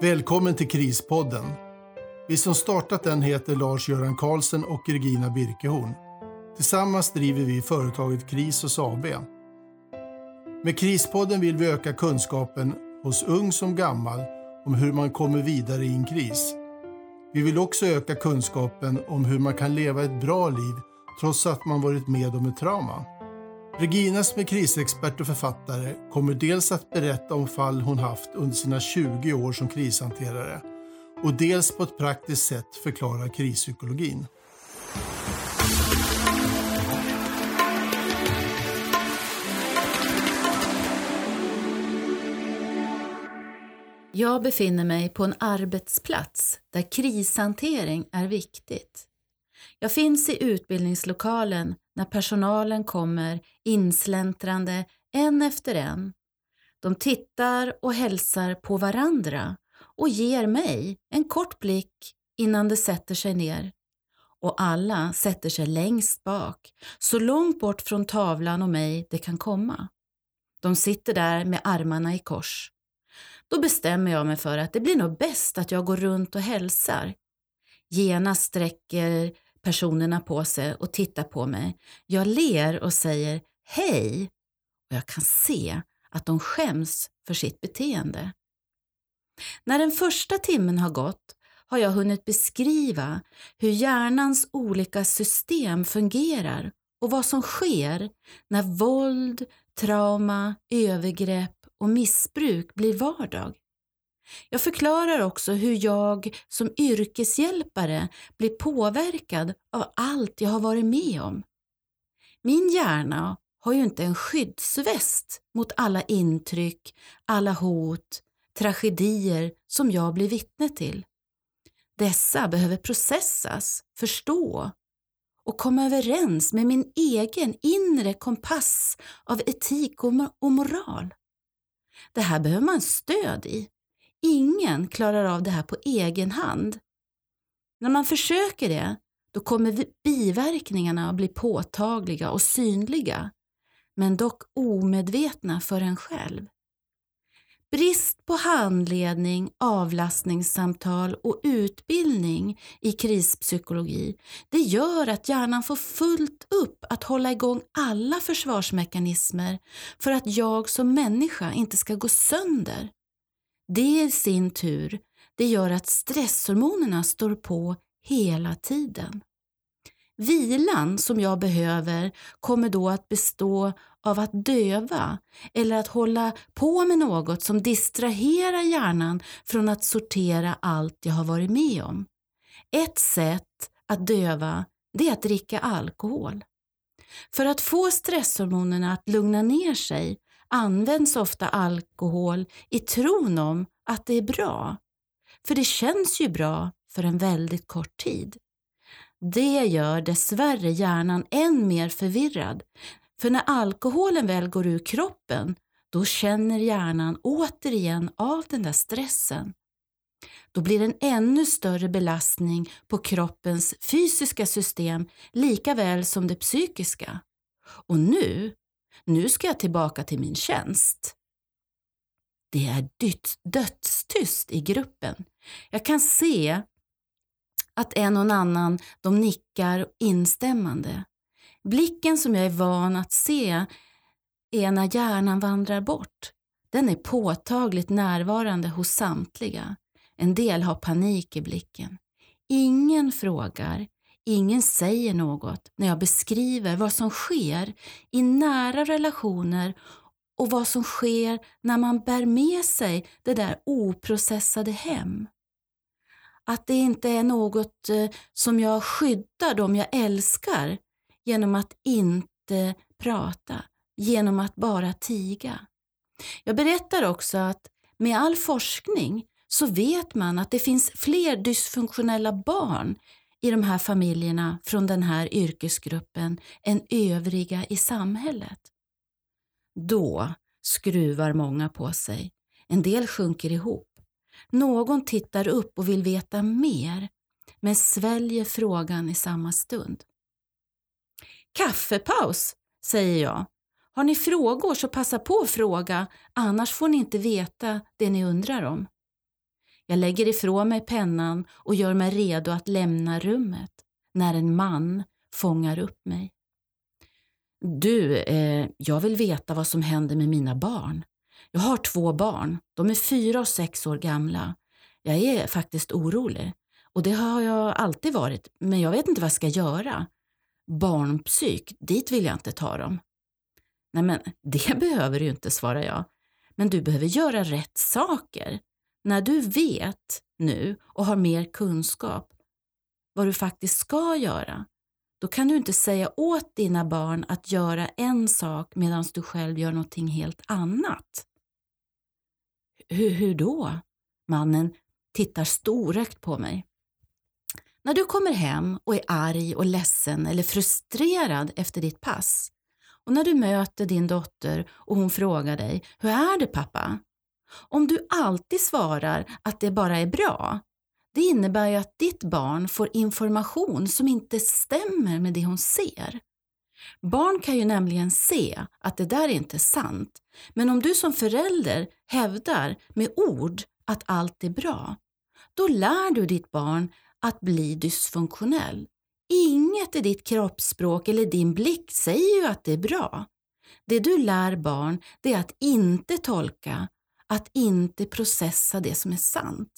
Välkommen till Krispodden. Vi som startat den heter Lars-Göran Karlsson och Regina Birkehorn. Tillsammans driver vi företaget Krisos AB. Med Krispodden vill vi öka kunskapen hos ung som gammal om hur man kommer vidare i en kris. Vi vill också öka kunskapen om hur man kan leva ett bra liv trots att man varit med om ett trauma. Regina som är krisexpert och författare kommer dels att berätta om fall hon haft under sina 20 år som krishanterare och dels på ett praktiskt sätt förklara krispsykologin. Jag befinner mig på en arbetsplats där krishantering är viktigt. Jag finns i utbildningslokalen när personalen kommer insläntrande en efter en. De tittar och hälsar på varandra och ger mig en kort blick innan de sätter sig ner. Och alla sätter sig längst bak, så långt bort från tavlan och mig det kan komma. De sitter där med armarna i kors. Då bestämmer jag mig för att det blir nog bäst att jag går runt och hälsar. Genast sträcker personerna på sig och tittar på mig. Jag ler och säger hej och jag kan se att de skäms för sitt beteende. När den första timmen har gått har jag hunnit beskriva hur hjärnans olika system fungerar och vad som sker när våld, trauma, övergrepp och missbruk blir vardag. Jag förklarar också hur jag som yrkeshjälpare blir påverkad av allt jag har varit med om. Min hjärna har ju inte en skyddsväst mot alla intryck, alla hot, tragedier som jag blir vittne till. Dessa behöver processas, förstå och komma överens med min egen inre kompass av etik och moral. Det här behöver man stöd i. Ingen klarar av det här på egen hand. När man försöker det, då kommer biverkningarna att bli påtagliga och synliga, men dock omedvetna för en själv. Brist på handledning, avlastningssamtal och utbildning i krispsykologi, det gör att hjärnan får fullt upp att hålla igång alla försvarsmekanismer för att jag som människa inte ska gå sönder. Det i sin tur, det gör att stresshormonerna står på hela tiden. Vilan som jag behöver kommer då att bestå av att döva eller att hålla på med något som distraherar hjärnan från att sortera allt jag har varit med om. Ett sätt att döva, det är att dricka alkohol. För att få stresshormonerna att lugna ner sig används ofta alkohol i tron om att det är bra. För det känns ju bra för en väldigt kort tid. Det gör dessvärre hjärnan än mer förvirrad. För när alkoholen väl går ur kroppen, då känner hjärnan återigen av den där stressen. Då blir det en ännu större belastning på kroppens fysiska system lika väl som det psykiska. Och nu ska jag tillbaka till min tjänst. Det är dödstyst i gruppen. Jag kan se att en och annan de nickar instämmande. Blicken som jag är van att se är när hjärnan vandrar bort. Den är påtagligt närvarande hos samtliga. En del har panik i blicken. Ingen frågar, ingen säger något när jag beskriver vad som sker i nära relationer och vad som sker när man bär med sig det där oprocessade hem. Att det inte är något som jag skyddar dem jag älskar genom att inte prata, genom att bara tiga. Jag berättar också att med all forskning så vet man att det finns fler dysfunktionella barn i de här familjerna från den här yrkesgruppen än övriga i samhället. Då skruvar många på sig. En del sjunker ihop. Någon tittar upp och vill veta mer, men sväljer frågan i samma stund. Kaffepaus, säger jag. Har ni frågor så passa på att fråga, annars får ni inte veta det ni undrar om. Jag lägger ifrån mig pennan och gör mig redo att lämna rummet när en man fångar upp mig. Du, jag vill veta vad som händer med mina barn. Jag har 2 barn. De är 4 och 6 år gamla. Jag är faktiskt orolig. Och det har jag alltid varit. Men jag vet inte vad jag ska göra. Barnpsyk, dit vill jag inte ta dem. Nej men, det behöver du inte, svarar jag. Men du behöver göra rätt saker. När du vet nu och har mer kunskap vad du faktiskt ska göra, då kan du inte säga åt dina barn att göra en sak medan du själv gör någonting helt annat. Hur då? Mannen tittar storögt på mig. När du kommer hem och är arg och ledsen eller frustrerad efter ditt pass, och när du möter din dotter och hon frågar dig, hur är det pappa? Om du alltid svarar att det bara är bra, det innebär ju att ditt barn får information som inte stämmer med det hon ser. Barn kan ju nämligen se att det där är inte sant. Men om du som förälder hävdar med ord att allt är bra, då lär du ditt barn att bli dysfunktionell. Inget i ditt kroppsspråk eller din blick säger ju att det är bra. Det du lär barn, det är att inte tolka, att inte processa det som är sant.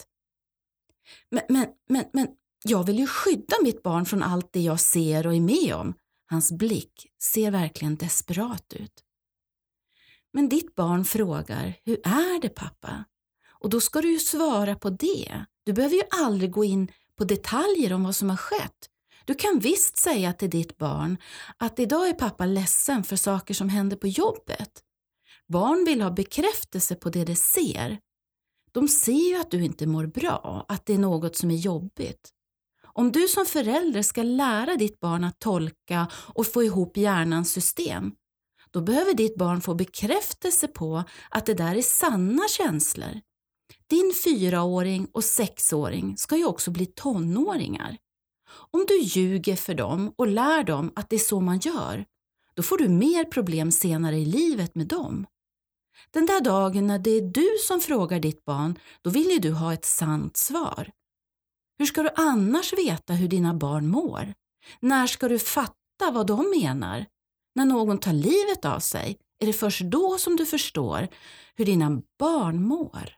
Men jag vill ju skydda mitt barn från allt det jag ser och är med om. Hans blick ser verkligen desperat ut. Men ditt barn frågar, hur är det pappa? Och då ska du ju svara på det. Du behöver ju aldrig gå in på detaljer om vad som har skett. Du kan visst säga till ditt barn att idag är pappa ledsen för saker som händer på jobbet. Barn vill ha bekräftelse på det de ser. De ser ju att du inte mår bra, att det är något som är jobbigt. Om du som förälder ska lära ditt barn att tolka och få ihop hjärnans system, då behöver ditt barn få bekräftelse på att det där är sanna känslor. Din 4-åring och 6-åring ska ju också bli tonåringar. Om du ljuger för dem och lär dem att det är så man gör, då får du mer problem senare i livet med dem. Den där dagen när det är du som frågar ditt barn, då vill ju du ha ett sant svar. Hur ska du annars veta hur dina barn mår? När ska du fatta vad de menar? När någon tar livet av sig, är det först då som du förstår hur dina barn mår.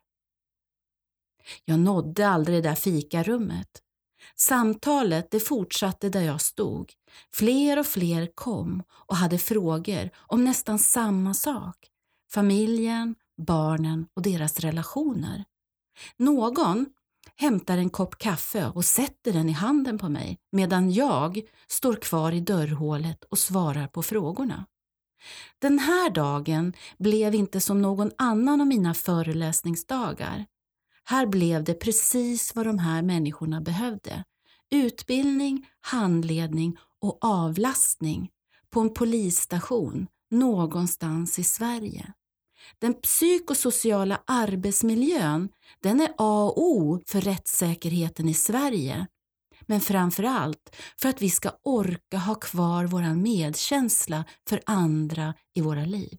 Jag nådde aldrig det där fikarummet. Samtalet det fortsatte där jag stod. Fler och fler kom och hade frågor om nästan samma sak. Familjen, barnen och deras relationer. Någon hämtar en kopp kaffe och sätter den i handen på mig medan jag står kvar i dörrhålet och svarar på frågorna. Den här dagen blev inte som någon annan av mina föreläsningsdagar. Här blev det precis vad de här människorna behövde. Utbildning, handledning och avlastning på en polisstation någonstans i Sverige. Den psykosociala arbetsmiljön, den är A och O för rättssäkerheten i Sverige. Men framförallt för att vi ska orka ha kvar vår medkänsla för andra i våra liv.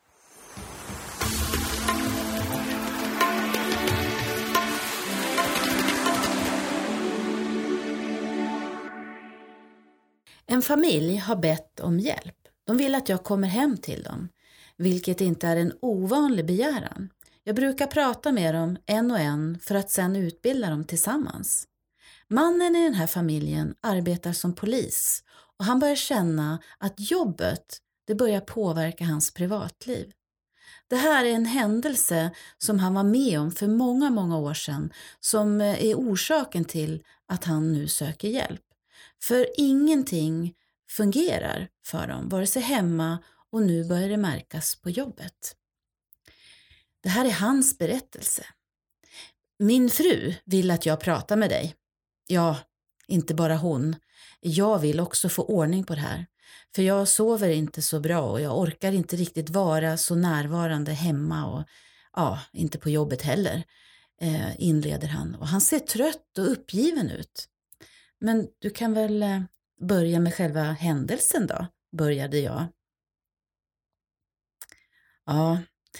En familj har bett om hjälp. De vill att jag kommer hem till dem, vilket inte är en ovanlig begäran. Jag brukar prata med dem en och en för att sedan utbilda dem tillsammans. Mannen i den här familjen arbetar som polis och han börjar känna att jobbet det börjar påverka hans privatliv. Det här är en händelse som han var med om för många år sedan som är orsaken till att han nu söker hjälp. För ingenting fungerar för dem, vare sig hemma och nu börjar det märkas på jobbet. Det här är hans berättelse. Min fru vill att jag pratar med dig. Ja, inte bara hon. Jag vill också få ordning på det här. För jag sover inte så bra och jag orkar inte riktigt vara så närvarande hemma och inte på jobbet heller, inleder han. Och han ser trött och uppgiven ut. Men du kan väl börja med själva händelsen då, började jag. Ja,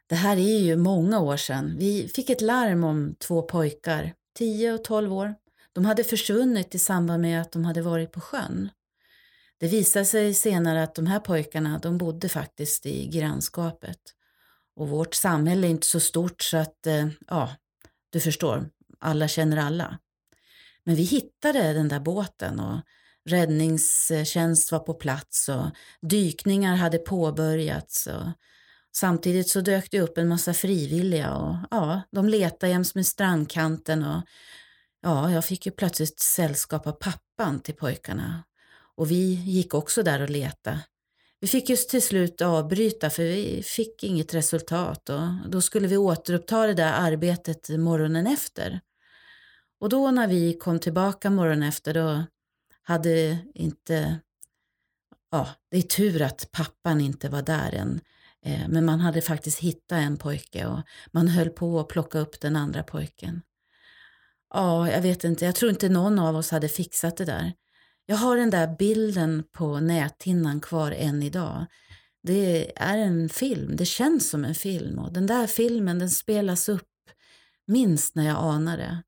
Det här är ju många år sedan. Vi fick ett larm om 2 pojkar, 10 och 12 år. De hade försvunnit i samband med att de hade varit på sjön. Det visade sig senare att de här pojkarna, de bodde faktiskt i grannskapet. Och vårt samhälle är inte så stort så att, du förstår, alla känner alla. Men vi hittade den där båten och räddningstjänst var på plats och dykningar hade påbörjats. Och samtidigt så dök det upp en massa frivilliga och de letade jäms med strandkanten och jag fick ju plötsligt sällskap av pappan till pojkarna. Och vi gick också där och letade. Vi fick just till slut avbryta för vi fick inget resultat och då skulle vi återuppta det där arbetet morgonen efter. Och då när vi kom tillbaka morgonen efter då hade inte, det är tur att pappan inte var där än. Men man hade faktiskt hittat en pojke och man höll på att plocka upp den andra pojken. Ja, jag vet inte, jag tror inte någon av oss hade fixat det där. Jag har den där bilden på näthinnan kvar än idag. Det är en film, det känns som en film och den där filmen den spelas upp minst när jag anar det.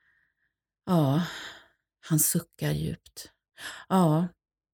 Ja, han suckar djupt. Ja,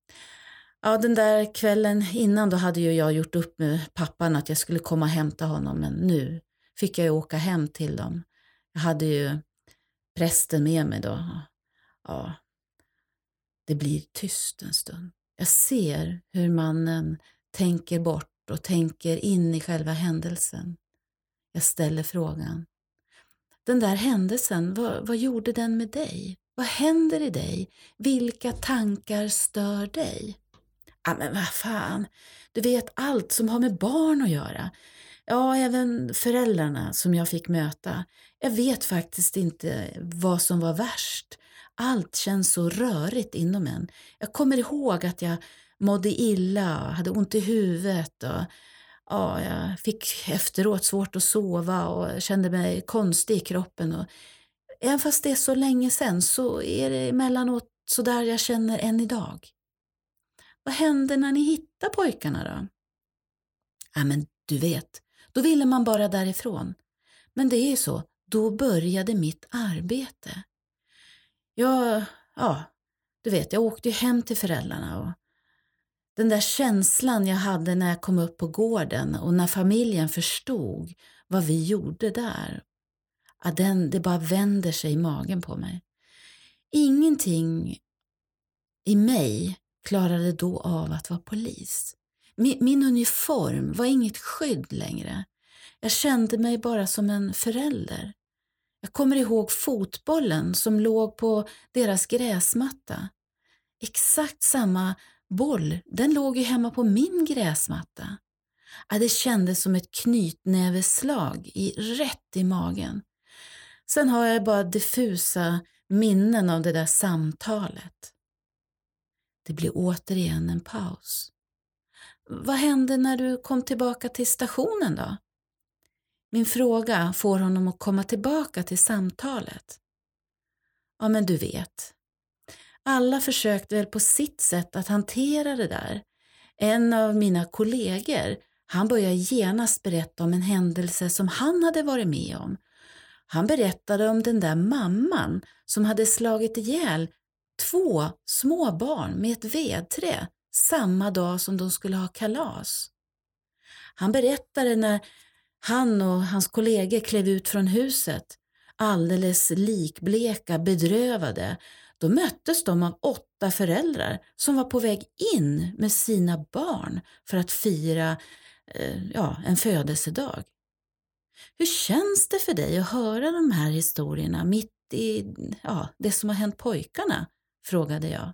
den där kvällen innan då hade ju jag gjort upp med pappan att jag skulle komma och hämta honom men nu fick jag ju åka hem till dem. Jag hade ju prästen med mig då. Ja. Det blir tyst en stund. Jag ser hur mannen tänker bort och tänker in i själva händelsen. Jag ställer frågan. Den där händelsen, vad gjorde den med dig? Vad händer i dig? Vilka tankar stör dig? Ja, men vad fan. Du vet allt som har med barn att göra. Ja, även föräldrarna som jag fick möta. Jag vet faktiskt inte vad som var värst. Allt känns så rörigt inom en. Jag kommer ihåg att jag mådde illa, hade ont i huvudet och jag fick efteråt svårt att sova och kände mig konstig i kroppen. Och även fast det är så länge sedan så är det emellanåt så där jag känner än idag. Vad hände när ni hittade pojkarna då? Ja, men du vet, då ville man bara därifrån. Men det är ju så, då började mitt arbete. Du vet, jag åkte ju hem till föräldrarna och den där känslan jag hade när jag kom upp på gården och när familjen förstod vad vi gjorde där. Det bara vänder sig i magen på mig. Ingenting i mig klarade då av att vara polis. Min uniform var inget skydd längre. Jag kände mig bara som en förälder. Jag kommer ihåg fotbollen som låg på deras gräsmatta. Exakt samma boll, den låg ju hemma på min gräsmatta. Det kändes som ett knytnäveslag rätt i magen. Sen har jag bara diffusa minnen av det där samtalet. Det blir återigen en paus. Vad hände när du kom tillbaka till stationen då? Min fråga får honom att komma tillbaka till samtalet. Ja, men du vet. Alla försökte väl på sitt sätt att hantera det där. En av mina kollegor, han började genast berätta om en händelse som han hade varit med om. Han berättade om den där mamman som hade slagit ihjäl 2 små barn med ett vedträ samma dag som de skulle ha kalas. Han berättade när han och hans kollegor klev ut från huset, alldeles likbleka, bedrövade. Då möttes de av 8 föräldrar som var på väg in med sina barn för att fira en födelsedag. Hur känns det för dig att höra de här historierna mitt i det som har hänt pojkarna? Frågade jag.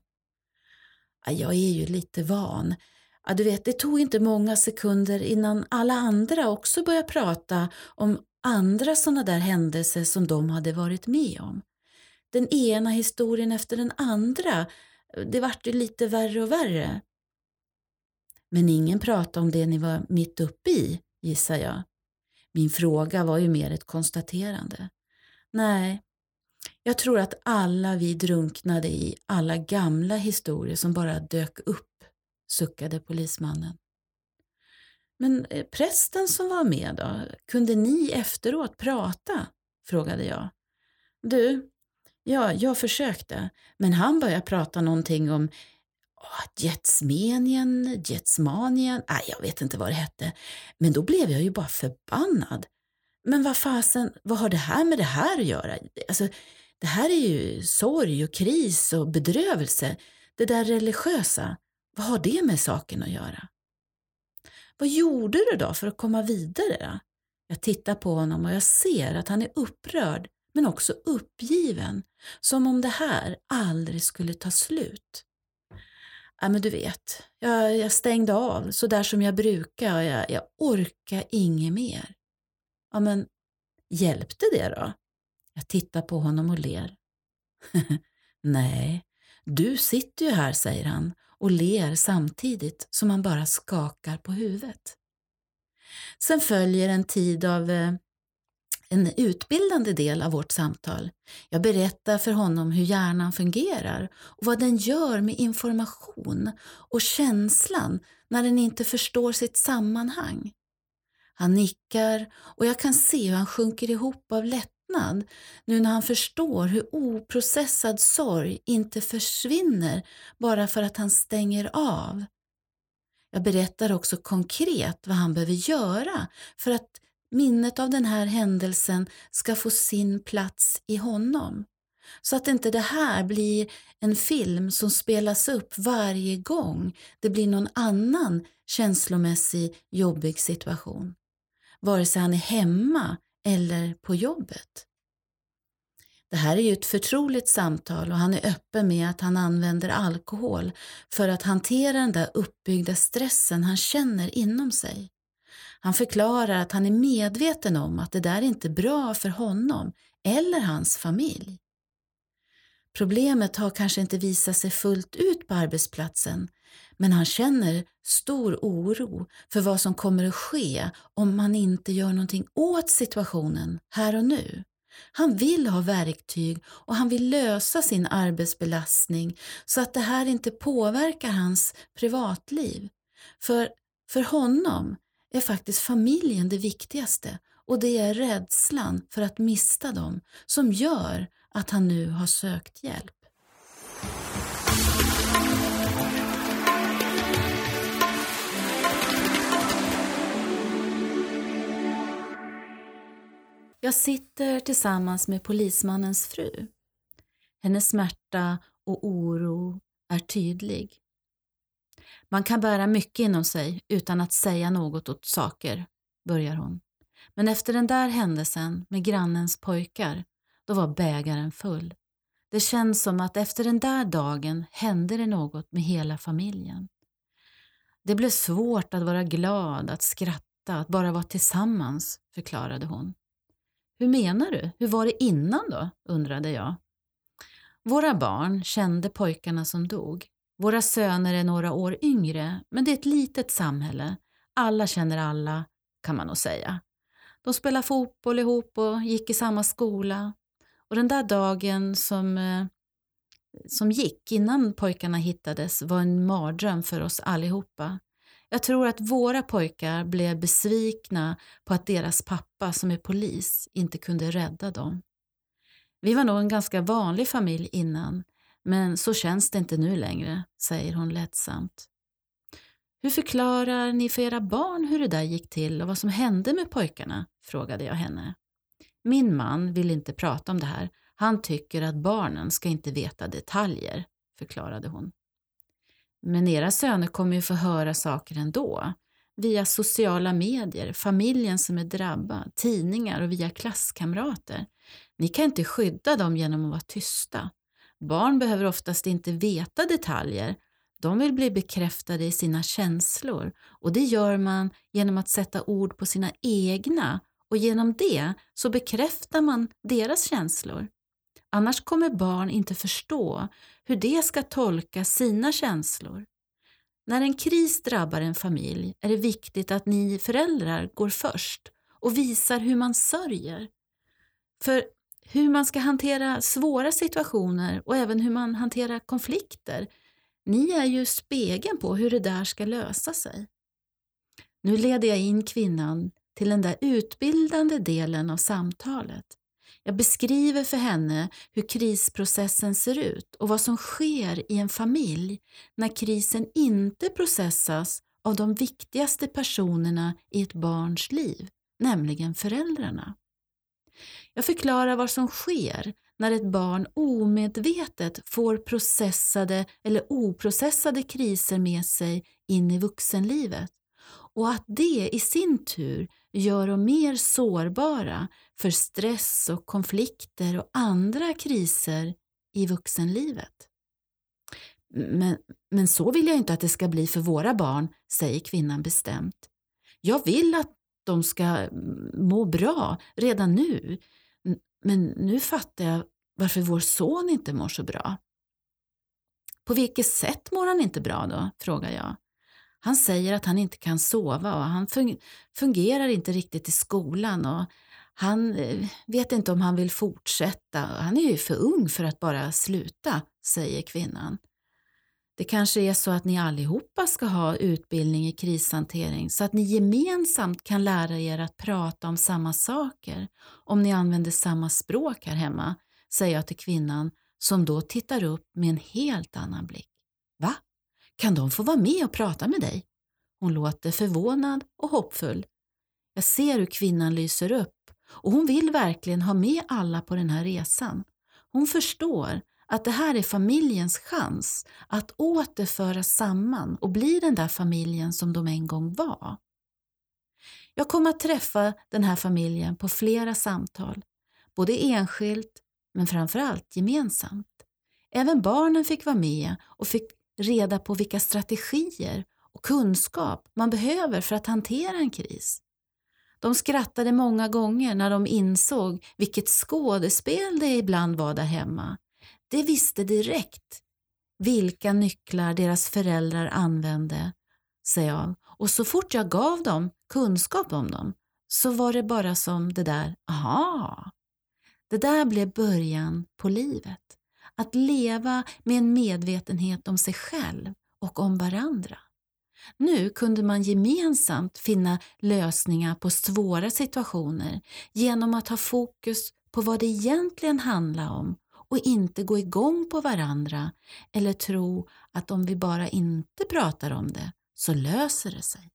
Jag är ju lite van. Du vet, det tog inte många sekunder innan alla andra också började prata om andra sådana där händelser som de hade varit med om. Den ena historien efter den andra, det vart ju lite värre och värre. Men ingen pratade om det ni var mitt uppe i, gissar jag. Min fråga var ju mer ett konstaterande. Nej, jag tror att alla vi drunknade i alla gamla historier som bara dök upp, suckade polismannen. Men prästen som var med då, kunde ni efteråt prata? Frågade jag. Du, ja, jag försökte, men han började prata någonting om Getsmanien, jag vet inte vad det hette. Men då blev jag ju bara förbannad. Men vad fasen, vad har det här med det här att göra? Alltså, det här är ju sorg och kris och bedrövelse. Det där religiösa, vad har det med saken att göra? Vad gjorde du då för att komma vidare? Jag tittar på honom och jag ser att han är upprörd men också uppgiven. Som om det här aldrig skulle ta slut. Ja, men du vet, jag stängde av så där som jag brukar och jag orkar inget mer. Ja, men hjälpte det då? Jag tittar på honom och ler. Nej, du sitter ju här, säger han och ler samtidigt som han bara skakar på huvudet. Sen följer en tid av en utbildande del av vårt samtal. Jag berättar för honom hur hjärnan fungerar och vad den gör med information och känslan när den inte förstår sitt sammanhang. Han nickar och jag kan se hur han sjunker ihop av lättnad nu när han förstår hur oprocessad sorg inte försvinner bara för att han stänger av. Jag berättar också konkret vad han behöver göra för att minnet av den här händelsen ska få sin plats i honom. Så att inte det här blir en film som spelas upp varje gång det blir någon annan känslomässig jobbig situation. Vare sig han är hemma eller på jobbet. Det här är ju ett förtroligt samtal och han är öppen med att han använder alkohol för att hantera den där uppbyggda stressen han känner inom sig. Han förklarar att han är medveten om att det där inte är bra för honom eller hans familj. Problemet har kanske inte visat sig fullt ut på arbetsplatsen, men han känner stor oro för vad som kommer att ske om man inte gör någonting åt situationen här och nu. Han vill ha verktyg och han vill lösa sin arbetsbelastning så att det här inte påverkar hans privatliv. För honom är faktiskt familjen det viktigaste och det är rädslan för att mista dem som gör att han nu har sökt hjälp. Jag sitter tillsammans med polismannens fru. Hennes smärta och oro är tydlig. Man kan bära mycket inom sig utan att säga något åt saker, börjar hon. Men efter den där händelsen med grannens pojkar, då var bägaren full. Det känns som att efter den där dagen hände det något med hela familjen. Det blev svårt att vara glad, att skratta, att bara vara tillsammans, förklarade hon. Hur menar du? Hur var det innan då? Undrade jag. Våra barn kände pojkarna som dog. Våra söner är några år yngre, men det är ett litet samhälle. Alla känner alla, kan man nog säga. De spelade fotboll ihop och gick i samma skola. Och den där dagen som gick innan pojkarna hittades var en mardröm för oss allihopa. Jag tror att våra pojkar blev besvikna på att deras pappa som är polis inte kunde rädda dem. Vi var nog en ganska vanlig familj innan, men så känns det inte nu längre, säger hon lättsamt. Hur förklarar ni för era barn hur det där gick till och vad som hände med pojkarna? Frågade jag henne. Min man vill inte prata om det här. Han tycker att barnen ska inte veta detaljer, förklarade hon. Men era söner kommer ju få höra saker ändå. Via sociala medier, familjen som är drabbad, tidningar och via klasskamrater. Ni kan inte skydda dem genom att vara tysta. Barn behöver oftast inte veta detaljer. De vill bli bekräftade i sina känslor. Och det gör man genom att sätta ord på sina egna. Och genom det så bekräftar man deras känslor. Annars kommer barn inte förstå hur de ska tolka sina känslor. När en kris drabbar en familj är det viktigt att ni föräldrar går först och visar hur man sörjer. För hur man ska hantera svåra situationer och även hur man hanterar konflikter. Ni är ju spegeln på hur det där ska lösa sig. Nu leder jag in kvinnan till den där utbildande delen av samtalet. Jag beskriver för henne hur krisprocessen ser ut och vad som sker i en familj när krisen inte processas av de viktigaste personerna i ett barns liv, nämligen föräldrarna. Jag förklarar vad som sker när ett barn omedvetet får processade eller oprocessade kriser med sig in i vuxenlivet och att det i sin tur gör dem mer sårbara för stress och konflikter och andra kriser i vuxenlivet. Men så vill jag inte att det ska bli för våra barn, säger kvinnan bestämt. Jag vill att de ska må bra redan nu, men nu fattar jag varför vår son inte mår så bra. På vilket sätt mår han inte bra då, frågar jag. Han säger att han inte kan sova och han fungerar inte riktigt i skolan och han vet inte om han vill fortsätta. Han är ju för ung för att bara sluta, säger kvinnan. Det kanske är så att ni allihopa ska ha utbildning i krishantering så att ni gemensamt kan lära er att prata om samma saker om ni använder samma språk här hemma, säger jag till kvinnan som då tittar upp med en helt annan blick. Va? Kan de få vara med och prata med dig? Hon låter förvånad och hoppfull. Jag ser hur kvinnan lyser upp och hon vill verkligen ha med alla på den här resan. Hon förstår att det här är familjens chans att återföra samman och bli den där familjen som de en gång var. Jag kommer att träffa den här familjen på flera samtal, både enskilt men framförallt gemensamt. Även barnen fick vara med och fick reda på vilka strategier och kunskap man behöver för att hantera en kris. De skrattade många gånger när de insåg vilket skådespel det ibland var där hemma. De visste direkt vilka nycklar deras föräldrar använde, säger jag. Och så fort jag gav dem kunskap om dem så var det bara som det där, aha. Det där blev början på livet. Att leva med en medvetenhet om sig själv och om varandra. Nu kunde man gemensamt finna lösningar på svåra situationer genom att ha fokus på vad det egentligen handlar om och inte gå igång på varandra eller tro att om vi bara inte pratar om det så löser det sig.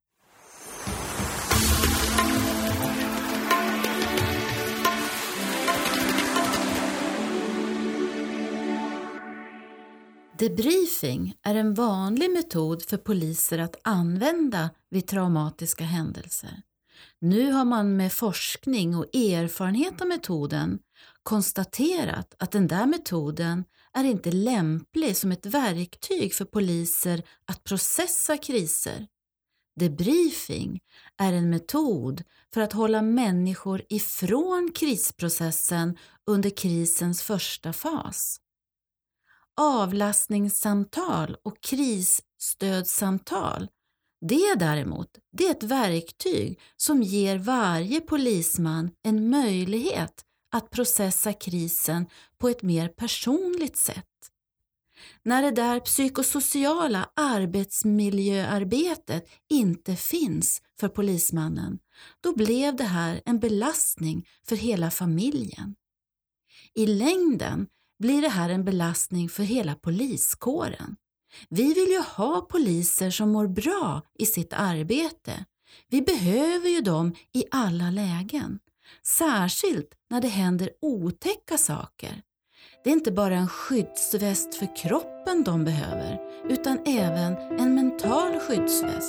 Debriefing är en vanlig metod för poliser att använda vid traumatiska händelser. Nu har man med forskning och erfarenhet av metoden konstaterat att den där metoden är inte lämplig som ett verktyg för poliser att processa kriser. Debriefing är en metod för att hålla människor ifrån krisprocessen under krisens första fas. Avlastningssamtal och krisstödssamtal, det däremot, det är ett verktyg som ger varje polisman en möjlighet att processa krisen på ett mer personligt sätt. När det där psykosociala arbetsmiljöarbetet inte finns för polismannen, då blev det här en belastning för hela familjen. I längden blir det här en belastning för hela poliskåren. Vi vill ju ha poliser som mår bra i sitt arbete. Vi behöver ju dem i alla lägen. Särskilt när det händer otäcka saker. Det är inte bara en skyddsväst för kroppen de behöver, utan även en mental skyddsväst.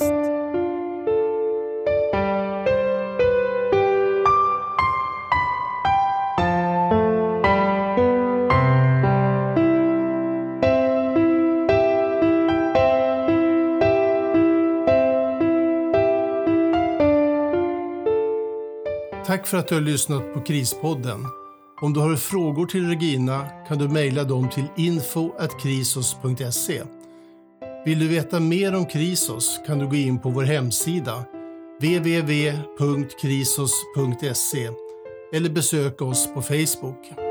Tack för att du har lyssnat på Krispodden. Om du har frågor till Regina kan du mejla dem till info@krisos.se. Vill du veta mer om Krisos kan du gå in på vår hemsida www.krisos.se eller besöka oss på Facebook.